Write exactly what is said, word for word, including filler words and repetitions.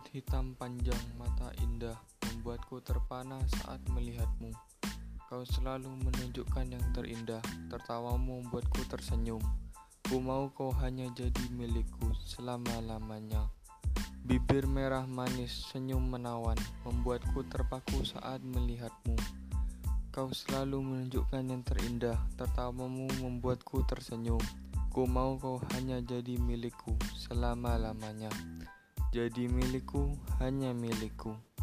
Rambut hitam panjang, mata indah, membuatku terpana saat melihatmu. Kau selalu menunjukkan yang terindah, tertawamu membuatku tersenyum. Ku mau kau hanya jadi milikku selama-lamanya. Bibir merah manis, senyum menawan, membuatku terpaku saat melihatmu. Kau selalu menunjukkan yang terindah, tertawamu membuatku tersenyum. Ku mau kau hanya jadi milikku selama-lamanya. Jadi milikku, hanya milikku.